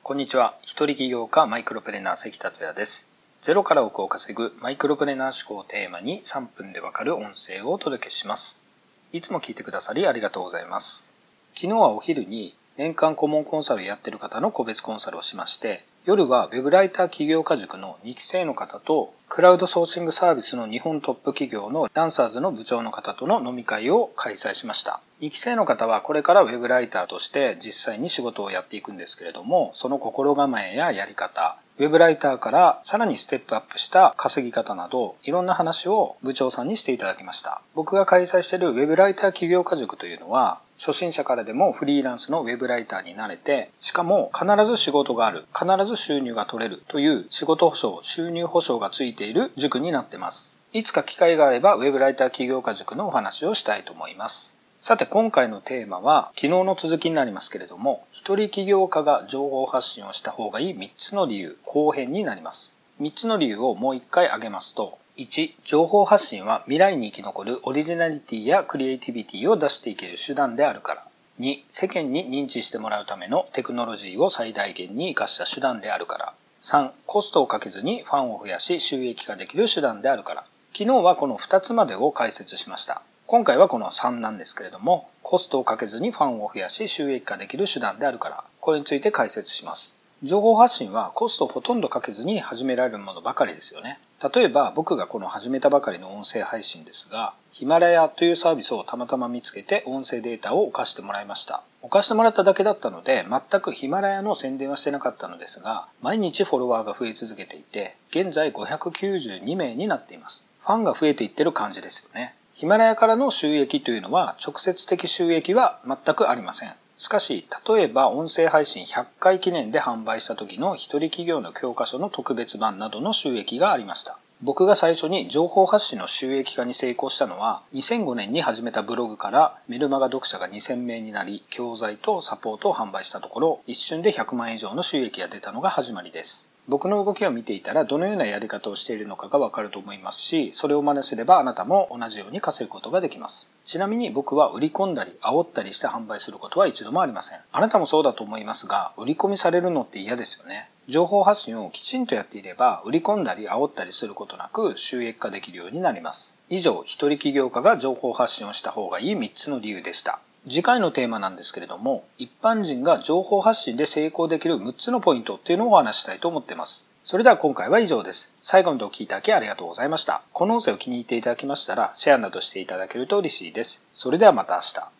こんにちは。一人起業家マイクロプレーナー関達也です。ゼロから億を稼ぐマイクロプレーナー思考をテーマに3分でわかる音声をお届けします。いつも聞いてくださりありがとうございます。昨日はお昼に年間顧問コンサルやってる方の個別コンサルをしまして、夜はウェブライター起業家塾の2期生の方とクラウドソーシングサービスの日本トップ企業のランサーズの部長の方との飲み会を開催しました。2期生の方はこれからウェブライターとして実際に仕事をやっていくんですけれども、その心構えややり方、ウェブライターからさらにステップアップした稼ぎ方など、いろんな話を部長さんにしていただきました。僕が開催しているウェブライター起業家塾というのは、初心者からでもフリーランスのウェブライターになれて、しかも必ず仕事がある、必ず収入が取れるという仕事保証、収入保証がついている塾になっています。いつか機会があればウェブライター起業家塾のお話をしたいと思います。さて今回のテーマは昨日の続きになりますけれども、一人起業家が情報発信をした方がいい3つの理由後編になります。3つの理由をもう一回挙げますと、1、情報発信は未来に生き残るオリジナリティやクリエイティビティを出していける手段であるから。2、世間に認知してもらうためのテクノロジーを最大限に活かした手段であるから。3、コストをかけずにファンを増やし収益化できる手段であるから。昨日はこの2つまでを解説しました。今回はこの3なんですけれども、コストをかけずにファンを増やし収益化できる手段であるから、これについて解説します。情報発信はコストをほとんどかけずに始められるものばかりですよね。例えば僕がこの始めたばかりの音声配信ですが、ヒマラヤというサービスをたまたま見つけて音声データを置かしてもらいました。置かしてもらっただけだったので、全くヒマラヤの宣伝はしてなかったのですが、毎日フォロワーが増え続けていて、現在592名になっています。ファンが増えていってる感じですよね。ヒマラヤからの収益というのは直接的収益は全くありません。しかし、例えば音声配信100回記念で販売した時の一人企業の教科書の特別版などの収益がありました。僕が最初に情報発信の収益化に成功したのは、2005年に始めたブログからメルマガ読者が2000名になり、教材とサポートを販売したところ、一瞬で100万円以上の収益が出たのが始まりです。僕の動きを見ていたらどのようなやり方をしているのかがわかると思いますし、それを真似すればあなたも同じように稼ぐことができます。ちなみに僕は売り込んだり煽ったりして販売することは一度もありません。あなたもそうだと思いますが、売り込みされるのって嫌ですよね。情報発信をきちんとやっていれば、売り込んだり煽ったりすることなく収益化できるようになります。以上、一人起業家が情報発信をした方がいい3つの理由でした。次回のテーマなんですけれども、一般人が情報発信で成功できる6つのポイントっていうのをお話したいと思っています。それでは今回は以上です。最後までお聞きいただきありがとうございました。この音声を気に入っていただきましたら、シェアなどしていただけると嬉しいです。それではまた明日。